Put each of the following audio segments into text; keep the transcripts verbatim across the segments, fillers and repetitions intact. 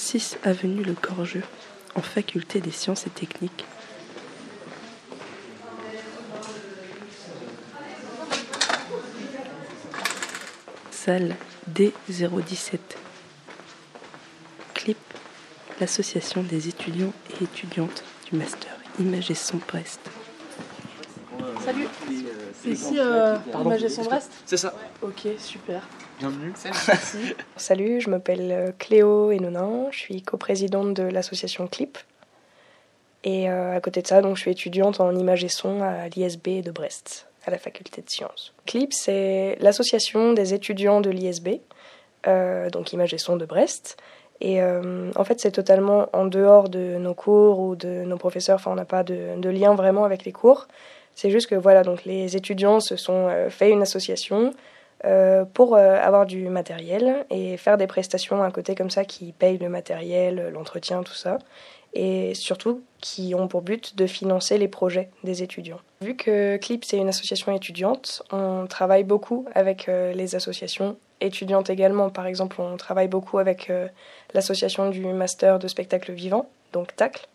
six avenue Le Corgeux, en faculté des sciences et techniques. Salle D zéro dix-sept. Clip, l'association des étudiants et étudiantes du master Image et Son Brest. Salut, c'est ici euh, Image et Son Brest ? C'est ça. Ok, super. Bienvenue. Merci. Salut, je m'appelle Cléo Hénonin, je suis coprésidente de l'association Clip. Et euh, à côté de ça, donc, je suis étudiante en Image et Son à l'I S B de Brest, à la faculté de sciences. Clip, c'est l'association des étudiants de l'I S B, euh, donc Image et Son de Brest. Et euh, en fait, c'est totalement en dehors de nos cours ou de nos professeurs, enfin, on n'a pas de, de lien vraiment avec les cours. C'est juste que voilà, donc les étudiants se sont euh, fait une association euh, pour euh, avoir du matériel et faire des prestations à côté comme ça qui payent le matériel, l'entretien, tout ça. Et surtout qui ont pour but de financer les projets des étudiants. Vu que Clip, c'est une association étudiante, on travaille beaucoup avec euh, les associations étudiantes également. Par exemple, on travaille beaucoup avec euh, l'association du master de spectacle vivant, donc T A C L.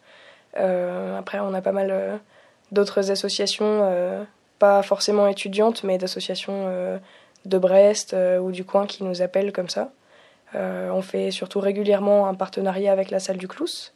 Euh, après, on a pas mal euh, d'autres associations, euh, pas forcément étudiantes, mais d'associations euh, de Brest euh, ou du coin qui nous appellent comme ça. Euh, on fait surtout régulièrement un partenariat avec la salle du Clous.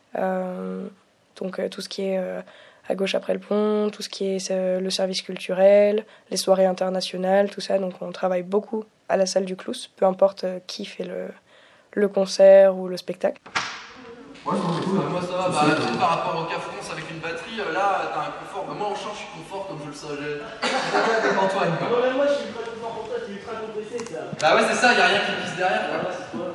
Euh, donc euh, tout ce qui est euh, à gauche après le pont, tout ce qui est euh, le service culturel, les soirées internationales, tout ça. Donc on travaille beaucoup à la salle du Clous, peu importe euh, qui fait le, le concert ou le spectacle. Ouais, euh, moi ça va, bah, tu sais, par rapport au K France avec une batterie, euh, là t'as un confort, bah, moi en chant je suis confort comme je le savais. Antoine quoi. Non mais moi je suis ultra confort pour toi, t'es ultra compressé ça. Bah ouais c'est ça, y'a rien qui pisse derrière quoi. Ah, ouais, c'est toi.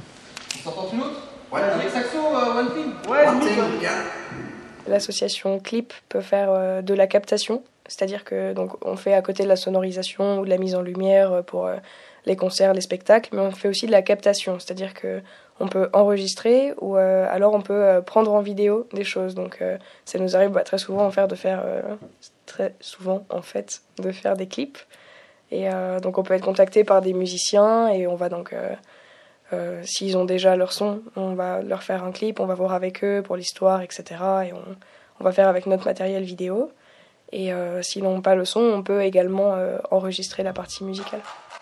On s'entend une autre? Ouais, avec saxo, uh, one thing. Ouais, one thing, thing, yeah. L'association Clip peut faire euh, de la captation, c'est-à-dire que donc on fait à côté de la sonorisation ou de la mise en lumière pour euh, les concerts, les spectacles, mais on fait aussi de la captation, c'est-à-dire que on peut enregistrer ou euh, alors on peut euh, prendre en vidéo des choses. Donc euh, ça nous arrive bah, très souvent en faire de faire euh, très souvent en fait de faire des clips. Et euh, donc on peut être contacté par des musiciens et on va donc euh, euh, s'ils ont déjà leur son, on va leur faire un clip, on va voir avec eux pour l'histoire, et cetera. Et on, on va faire avec notre matériel vidéo. Et euh, s'ils n'ont pas le son, on peut également euh, enregistrer la partie musicale.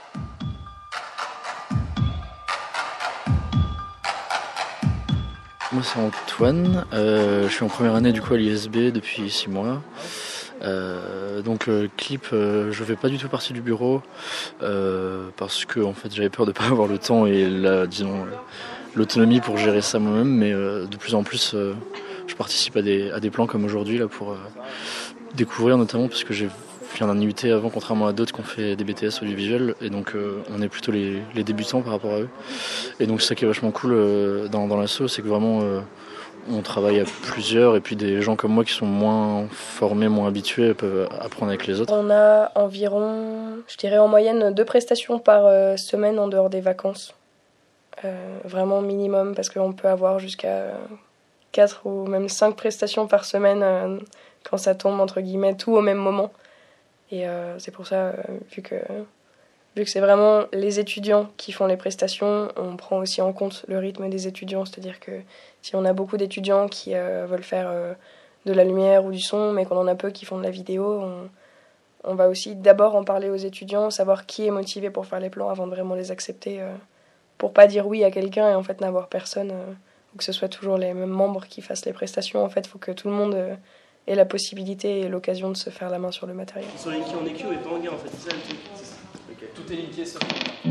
Moi c'est Antoine, euh, je suis en première année du coup à l'I S B depuis six mois. Euh, donc le clip, euh, je fais pas du tout partie du bureau euh, parce que en fait j'avais peur de pas avoir le temps et la, disons l'autonomie pour gérer ça moi-même, mais euh, de plus en plus euh, je participe à des, à des plans comme aujourd'hui là pour euh, découvrir notamment parce que j'ai viens d'un I U T avant, contrairement à d'autres qui ont fait des B T S audiovisuel, et donc euh, on est plutôt les, les débutants par rapport à eux. Et donc c'est ça qui est vachement cool euh, dans, dans l'asso, c'est que vraiment euh, on travaille à plusieurs, et puis des gens comme moi qui sont moins formés, moins habitués peuvent apprendre avec les autres. On a environ, je dirais en moyenne, deux prestations par euh, semaine en dehors des vacances. Euh, vraiment minimum, parce qu'on peut avoir jusqu'à quatre ou même cinq prestations par semaine euh, quand ça tombe entre guillemets tout au même moment. Et euh, c'est pour ça, euh, vu que, vu que c'est vraiment les étudiants qui font les prestations, on prend aussi en compte le rythme des étudiants. C'est-à-dire que si on a beaucoup d'étudiants qui euh, veulent faire euh, de la lumière ou du son, mais qu'on en a peu qui font de la vidéo, on, on va aussi d'abord en parler aux étudiants, savoir qui est motivé pour faire les plans avant de vraiment les accepter, euh, pour pas dire oui à quelqu'un et en fait n'avoir personne, euh, ou que ce soit toujours les mêmes membres qui fassent les prestations. En fait, il faut que tout le monde... Euh, et la possibilité et l'occasion de se faire la main sur le matériel. Ils sont linkés en E Q et pas en gain en fait, c'est ça le truc. C'est ça. Okay. Tout est linké sur.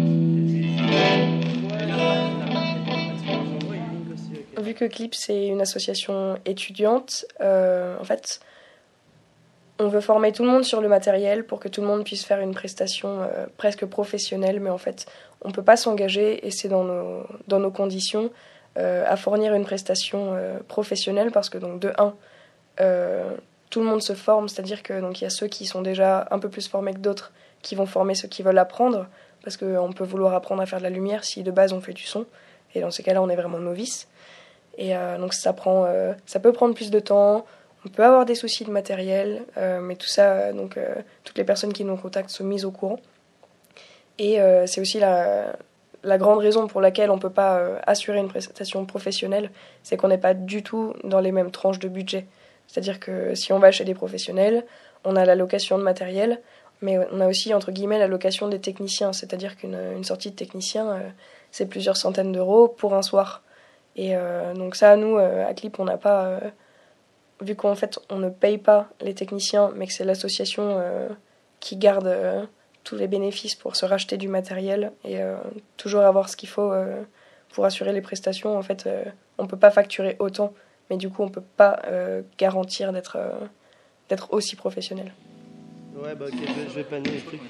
Vu que Clip c'est une association étudiante, euh, en fait, on veut former tout le monde sur le matériel pour que tout le monde puisse faire une prestation euh, presque professionnelle, mais en fait, on ne peut pas s'engager, et c'est dans nos, dans nos conditions, euh, à fournir une prestation euh, professionnelle parce que donc de un, Euh, tout le monde se forme, c'est-à-dire que donc il y a ceux qui sont déjà un peu plus formés que d'autres qui vont former ceux qui veulent apprendre, parce qu'on peut vouloir apprendre à faire de la lumière si de base on fait du son, et dans ces cas-là on est vraiment novice. Et euh, donc ça prend, euh, ça peut prendre plus de temps, on peut avoir des soucis de matériel, euh, mais tout ça, donc euh, toutes les personnes qui nous contactent sont mises au courant. Et euh, c'est aussi la, la grande raison pour laquelle on ne peut pas euh, assurer une prestation professionnelle, c'est qu'on n'est pas du tout dans les mêmes tranches de budget. C'est-à-dire que si on va chez des professionnels, on a la location de matériel, mais on a aussi, entre guillemets, la location des techniciens. C'est-à-dire qu'une une sortie de technicien, euh, c'est plusieurs centaines d'euros pour un soir. Et euh, donc ça, nous, euh, à Clip, on n'a pas... Euh, vu qu'en fait, on ne paye pas les techniciens, mais que c'est l'association euh, qui garde euh, tous les bénéfices pour se racheter du matériel et euh, toujours avoir ce qu'il faut euh, pour assurer les prestations, en fait, euh, on ne peut pas facturer autant, mais du coup, on ne peut pas euh, garantir d'être, euh, d'être aussi professionnel. Ouais, bah ok, je vais, je vais panner les trucs.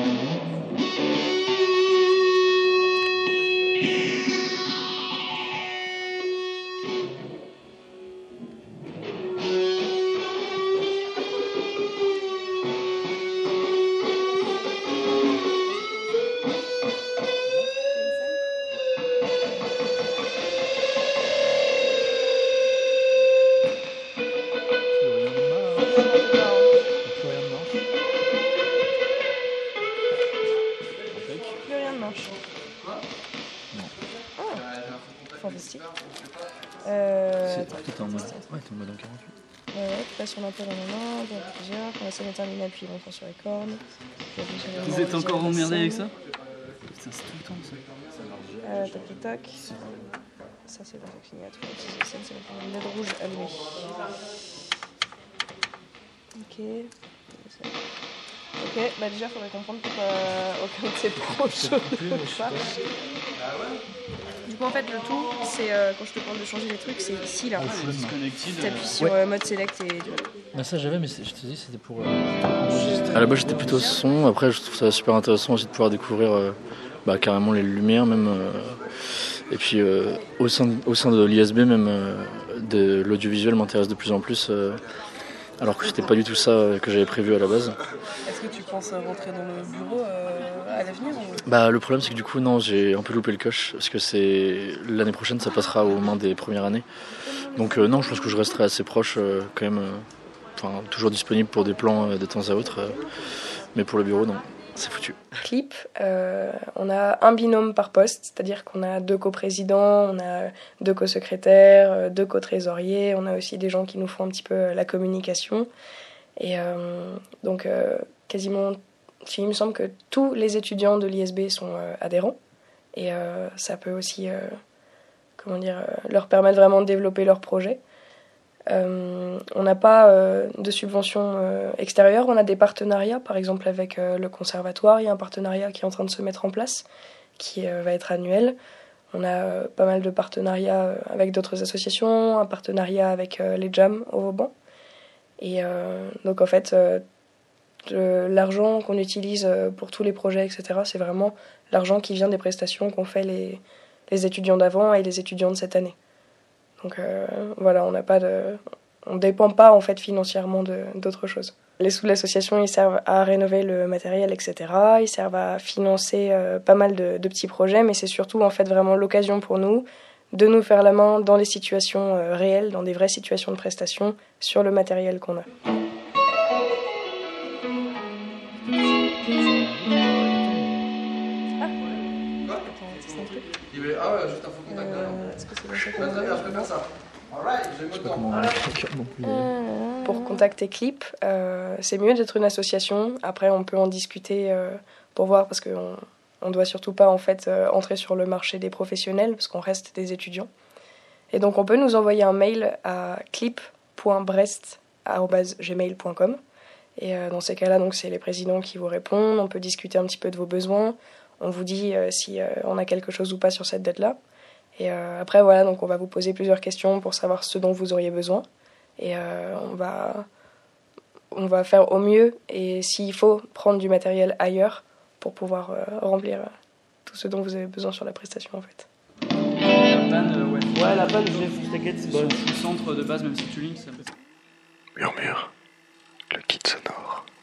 Fantastique. Euh, C'est peut-être en mode. Ouais, t'es en mode en quarante-huit. Ouais, ouais, tu passes sur l'appel en un, tu en plusieurs. Quand la scène est terminée, appuie longtemps sur les cordes. Vous êtes encore emmerdé avec ça? Putain, c'est tout le temps ça. Euh, tac, tac, tac. Ça, c'est la signature. La scène, c'est la L E D rouge allumée. Ok. Ok, bah déjà, il faudrait comprendre pourquoi aucun de ces proches ne marche. Du coup, en fait, le tout, c'est euh, quand je te parle de changer les trucs, c'est ici là. Tu appuies sur euh, mode select et. Bah ça j'avais, mais je te dis c'était pour euh, enregistrer. À la base j'étais plutôt son, après je trouve ça super intéressant aussi de pouvoir découvrir euh, bah, carrément les lumières même. Euh, et puis euh, au, sein de, au sein de l'I S B même, euh, de l'audiovisuel m'intéresse de plus en plus. Euh, alors que c'était pas du tout ça que j'avais prévu à la base. Est-ce que tu penses rentrer dans le bureau euh, à l'avenir ou... Bah le problème c'est que du coup non, j'ai un peu loupé le coche parce que c'est l'année prochaine ça passera aux mains des premières années. Donc euh, non, je pense que je resterai assez proche euh, quand même, euh, enfin toujours disponible pour des plans euh, de temps à autre, euh, mais pour le bureau non, c'est foutu. Clip, euh, on a un binôme par poste, c'est-à-dire qu'on a deux coprésidents, on a deux co-secrétaires, deux co-trésoriers, on a aussi des gens qui nous font un petit peu la communication. Et euh, donc euh, quasiment, il me semble que tous les étudiants de l'I S B sont euh, adhérents. Et euh, ça peut aussi euh, comment dire, euh, leur permettre vraiment de développer leur projet. Euh, on n'a pas euh, de subventions euh, extérieures, on a des partenariats, par exemple avec euh, le conservatoire, il y a un partenariat qui est en train de se mettre en place, qui euh, va être annuel. On a euh, pas mal de partenariats avec d'autres associations, un partenariat avec euh, les jams au Vauban. Et euh, donc en fait, euh, de l'argent qu'on utilise pour tous les projets, et cetera, c'est vraiment l'argent qui vient des prestations qu'ont fait les, les étudiants d'avant et les étudiants de cette année. Donc euh, voilà, on n'a pas de, on dépend pas en fait financièrement de, d'autres choses. Les sous de l'association, ils servent à rénover le matériel, et cetera. Ils servent à financer euh, pas mal de, de petits projets, mais c'est surtout en fait vraiment l'occasion pour nous de nous faire la main dans les situations euh, réelles, dans des vraies situations de prestation, sur le matériel qu'on a. Ah ouais, juste un faux contact derrière. Euh, est-ce que c'est bien ça qu'on Très a bien, je peux faire ça. Alright, j'ai le temps. Pour contacter Clip, euh, c'est mieux d'être une association. Après, on peut en discuter euh, pour voir, parce qu'on on doit surtout pas en fait euh, entrer sur le marché des professionnels, parce qu'on reste des étudiants. Et donc, on peut nous envoyer un mail à clip point brest arobase gmail point com. Et euh, dans ces cas-là, donc c'est les présidents qui vous répondent. On peut discuter un petit peu de vos besoins. On vous dit euh, si euh, on a quelque chose ou pas sur cette date-là. Et euh, après, voilà, donc on va vous poser plusieurs questions pour savoir ce dont vous auriez besoin. Et euh, on va, on va faire au mieux. Et s'il faut, prendre du matériel ailleurs pour pouvoir euh, remplir euh, tout ce dont vous avez besoin sur la prestation, en fait. La panne, euh, ouais. Ouais, la panne, je l'ai, t'inquiète, c'est bon. Sur le centre de base, même si tu lignes, ça peut... Murmure, le kit sonore.